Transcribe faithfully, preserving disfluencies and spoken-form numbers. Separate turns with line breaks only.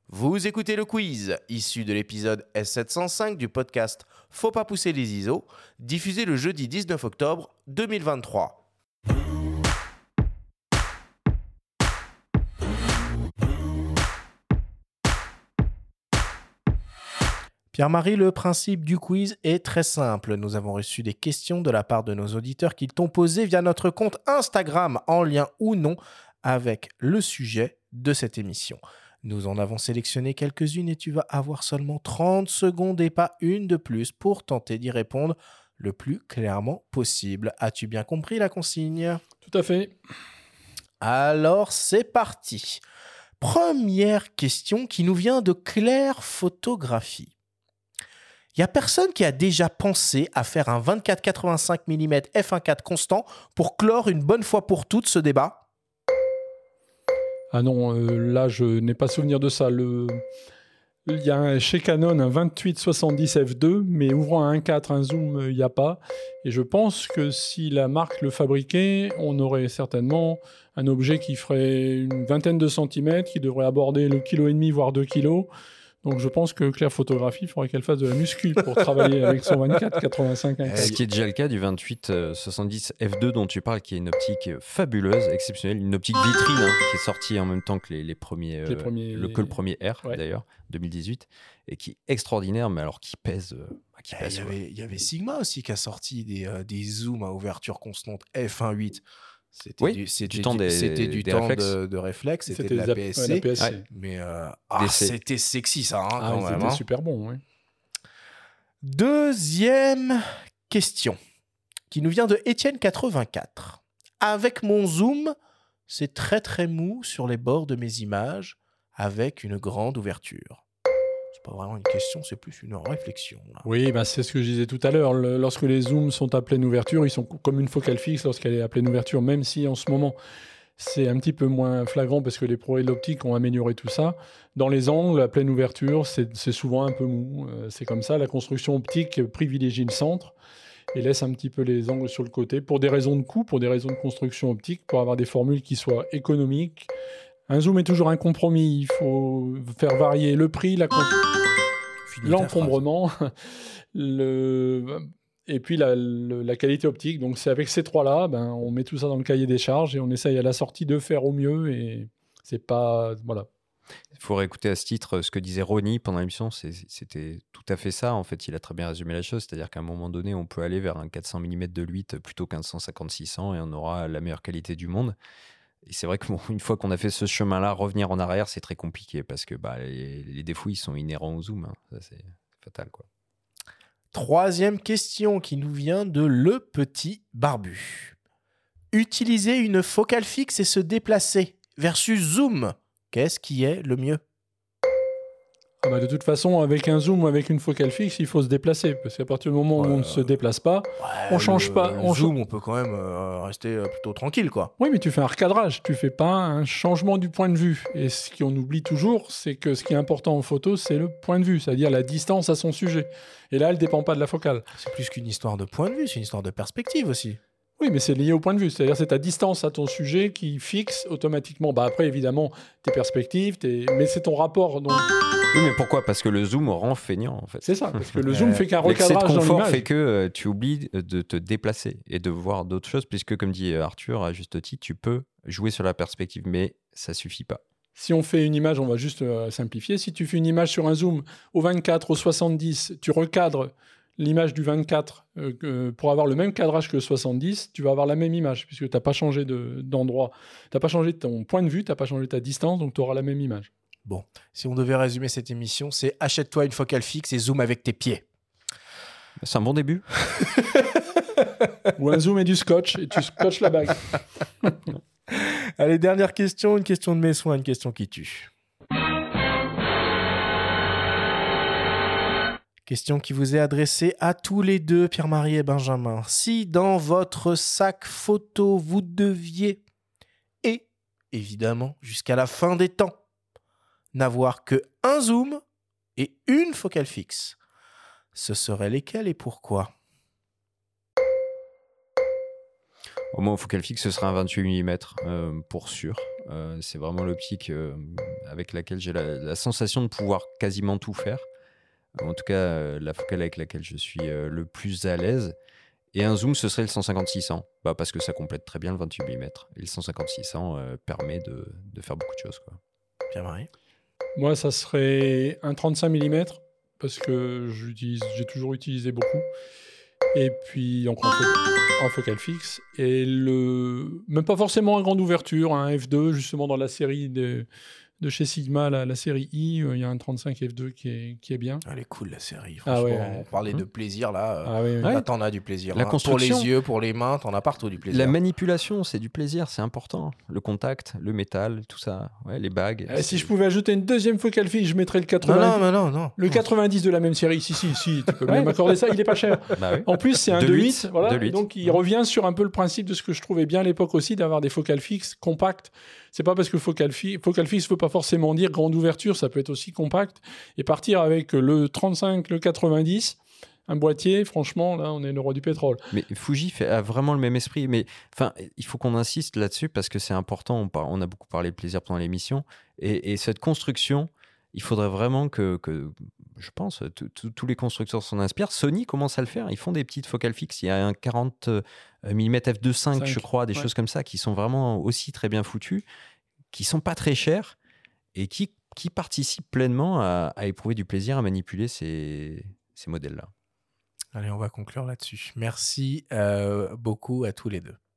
Vous écoutez le quiz, issu de l'épisode S sept cent cinq du podcast Faut pas pousser les I S O, diffusé le jeudi dix-neuf octobre deux mille vingt-trois. Pierre-Marie, le principe du quiz est très simple. Nous avons reçu des questions de la part de nos auditeurs qu'ils t'ont posées via notre compte Instagram, en lien ou non avec le sujet de cette émission. Nous en avons sélectionné quelques-unes et tu vas avoir seulement trente secondes et pas une de plus pour tenter d'y répondre le plus clairement possible. As-tu bien compris la consigne ?
Tout à fait.
Alors, c'est parti. Première question qui nous vient de Claire Photographie. Il n'y a personne qui a déjà pensé à faire un vingt-quatre quatre-vingt-cinq millimètres f un point quatre constant pour clore une bonne fois pour toutes ce débat ?
Ah non, euh, là, je n'ai pas souvenir de ça. Le... Il y a un, chez Canon un vingt-huit soixante-dix f deux, mais ouvrant un un virgule quatre, un zoom, il n'y a pas. Et je pense que si la marque le fabriquait, on aurait certainement un objet qui ferait une vingtaine de centimètres, qui devrait aborder le kilo et demi, voire deux kilos. Donc je pense que Claire Photographie, il faudrait qu'elle fasse de la muscu pour travailler avec son vingt-quatre quatre-vingt-cinq un virgule quatre.
Ce qui est déjà le cas du vingt-huit soixante-dix f deux dont tu parles, qui est une optique fabuleuse, exceptionnelle, une optique vitrine hein, qui est sortie en même temps que les, les premiers,
les premiers...
Euh, le, que le premier R
ouais.
d'ailleurs, deux mille dix-huit, et qui est extraordinaire, mais alors qui pèse. Euh, qui
Il
pèse
y,
ouais.
avait, y avait Sigma aussi qui a sorti des, euh, des zooms à ouverture constante f un point huit. C'était
oui,
du, c'était
du temps
du,
des,
c'était du
des
temps
réflexes.
De, de réflexe, c'était,
c'était
de la P S C.
Ouais, la P S C.
Ouais.
Mais euh, ah, c'était sexy ça, hein,
ah,
quand même.
C'était
hein.
super bon, oui.
Deuxième question, qui nous vient de Étienne quatre-vingt-quatre. Avec mon zoom, c'est très très mou sur les bords de mes images, avec une grande ouverture. C'est pas vraiment une question, c'est plus une réflexion. Là.
Oui, bah c'est ce que je disais tout à l'heure. Le, lorsque les zooms sont à pleine ouverture, ils sont comme une focale fixe lorsqu'elle est à pleine ouverture, même si en ce moment, c'est un petit peu moins flagrant parce que les progrès de l'optique ont amélioré tout ça. Dans les angles, à pleine ouverture, c'est, c'est souvent un peu mou. Euh, c'est comme ça. La construction optique privilégie le centre et laisse un petit peu les angles sur le côté pour des raisons de coût, pour des raisons de construction optique, pour avoir des formules qui soient économiques. Un zoom est toujours un compromis. Il faut faire varier le prix, la con- l'encombrement, le... et puis la, le, la qualité optique. Donc c'est avec ces trois-là, ben, on met tout ça dans le cahier des charges et on essaye à la sortie de faire au mieux. Et c'est pas... Voilà.
Il faut réécouter à ce titre ce que disait Ronnie pendant l'émission. C'est, c'était tout à fait ça. En fait, il a très bien résumé la chose. C'est-à-dire qu'à un moment donné, on peut aller vers un quatre cents millimètres de huit plutôt qu'un cent cinquante six cents et on aura la meilleure qualité du monde. Et c'est vrai que bon, une fois qu'on a fait ce chemin-là, revenir en arrière, c'est très compliqué parce que bah, les, les défauts, ils sont inhérents au zoom. Hein. Ça, c'est fatal, quoi.
Troisième question qui nous vient de Le Petit Barbu. Utiliser une focale fixe et se déplacer versus zoom, qu'est-ce qui est le mieux ?
Ah bah de toute façon, avec un zoom ou avec une focale fixe, il faut se déplacer. Parce qu'à partir du moment où
ouais,
on ne se déplace pas,
ouais,
on change
le,
pas.
Le
on
zoom, ch- on peut quand même euh, rester euh, plutôt tranquille, quoi.
Oui, mais tu fais un recadrage. Tu fais pas un changement du point de vue. Et ce qu'on oublie toujours, c'est que ce qui est important en photo, c'est le point de vue, c'est-à-dire la distance à son sujet. Et là, elle ne dépend pas de la focale.
C'est plus qu'une histoire de point de vue, c'est une histoire de perspective aussi.
Oui, mais c'est lié au point de vue. C'est-à-dire c'est ta distance à ton sujet qui fixe automatiquement. Bah après, évidemment, tes perspectives, tes... mais c'est ton rapport. Donc...
Oui, mais pourquoi ? Parce que le zoom rend feignant, en fait.
C'est ça, parce que le zoom fait qu'un recadrage
L'excès de
dans
confort
l'image.
fait que euh, tu oublies de te déplacer et de voir d'autres choses, puisque, comme dit Arthur, à juste titre, tu peux jouer sur la perspective, mais ça suffit pas.
Si on fait une image, on va juste euh, simplifier. Si tu fais une image sur un zoom au vingt-quatre, au soixante-dix, tu recadres l'image du vingt-quatre euh, euh, pour avoir le même cadrage que le soixante-dix, tu vas avoir la même image, puisque tu n'as pas changé de, d'endroit. Tu n'as pas changé ton point de vue, tu n'as pas changé ta distance, donc tu auras la même image.
Bon, si on devait résumer cette émission, c'est achète-toi une focale fixe et zoom avec tes pieds.
C'est un bon début.
Ou un zoom et du scotch, et tu scotches la bague.
Allez, dernière question, une question de mes soins, une question qui tue. Question qui vous est adressée à tous les deux, Pierre-Marie et Benjamin. Si dans votre sac photo, vous deviez, et évidemment jusqu'à la fin des temps, n'avoir que un zoom et une focale fixe, ce seraient lesquels et pourquoi ?
Au moins, au focal fixe, ce sera un vingt-huit millimètres euh, pour sûr. Euh, c'est vraiment l'optique euh, avec laquelle j'ai la, la sensation de pouvoir quasiment tout faire. En tout cas, euh, la focale avec laquelle je suis euh, le plus à l'aise. Et un zoom, ce serait le cent cinquante six cents, bah, parce que ça complète très bien le vingt-huit millimètres. Et le cent cinquante six cents euh, permet de, de faire beaucoup de choses, quoi.
Pierre-Marie?
Moi, ça serait un trente-cinq millimètres, parce que j'utilise, j'ai toujours utilisé beaucoup. Et puis, donc en, fo- en focal fixe. Et le... même pas forcément en grande ouverture, un F deux, justement dans la série de, de chez Sigma, la, la série I, euh, il y a un trente-cinq F deux qui est, qui est bien.
Elle est cool, la série.
Ah
Franchement,
ouais, ouais.
on parlait de plaisir, là. euh,
Ah oui, oui.
Là,
Ouais.
t'en as du plaisir.
La
hein. Pour
construction.
les yeux, pour les mains, t'en as partout du plaisir.
La manipulation, c'est du plaisir, c'est important. Le contact, le métal, tout ça. Ouais, les bagues.
Euh,
c'est-
si je pouvais ajouter une deuxième focal fixe, je mettrais le
Non,
quatre-vingts.
non, mais non, non.
Le quatre-vingt-dix de la même série, si, si, si, tu peux bien m'accorder ça, il est pas cher.
Bah oui.
En plus, c'est un
De
deux
huit,
huit, voilà.
de huit.
Et donc, il revient sur un peu le principe de ce que je trouvais bien à l'époque aussi, d'avoir des focales fixes compactes. C'est pas parce que focal, fi- focal fixe ne veut pas forcément dire grande ouverture, ça peut être aussi compact. Et partir avec le trente-cinq, le quatre-vingt-dix, un boîtier, franchement, là, on est le roi du pétrole.
Mais Fuji fait, a vraiment le même esprit. Mais enfin, il faut qu'on insiste là-dessus parce que c'est important. On, par- on a beaucoup parlé de plaisir pendant l'émission. Et, et cette construction, il faudrait vraiment que, que je pense, t- t- tous les constructeurs s'en inspirent. Sony commence à le faire. Ils font des petites focales fixes. Il y a un quarante millimètres f deux point cinq,
cinq,
je crois, des
ouais.
choses comme ça qui sont vraiment aussi très bien foutues, qui sont pas très chères et qui, qui participent pleinement à, à éprouver du plaisir à manipuler ces, ces modèles-là.
Allez, on va conclure là-dessus. Merci euh, beaucoup à tous les deux.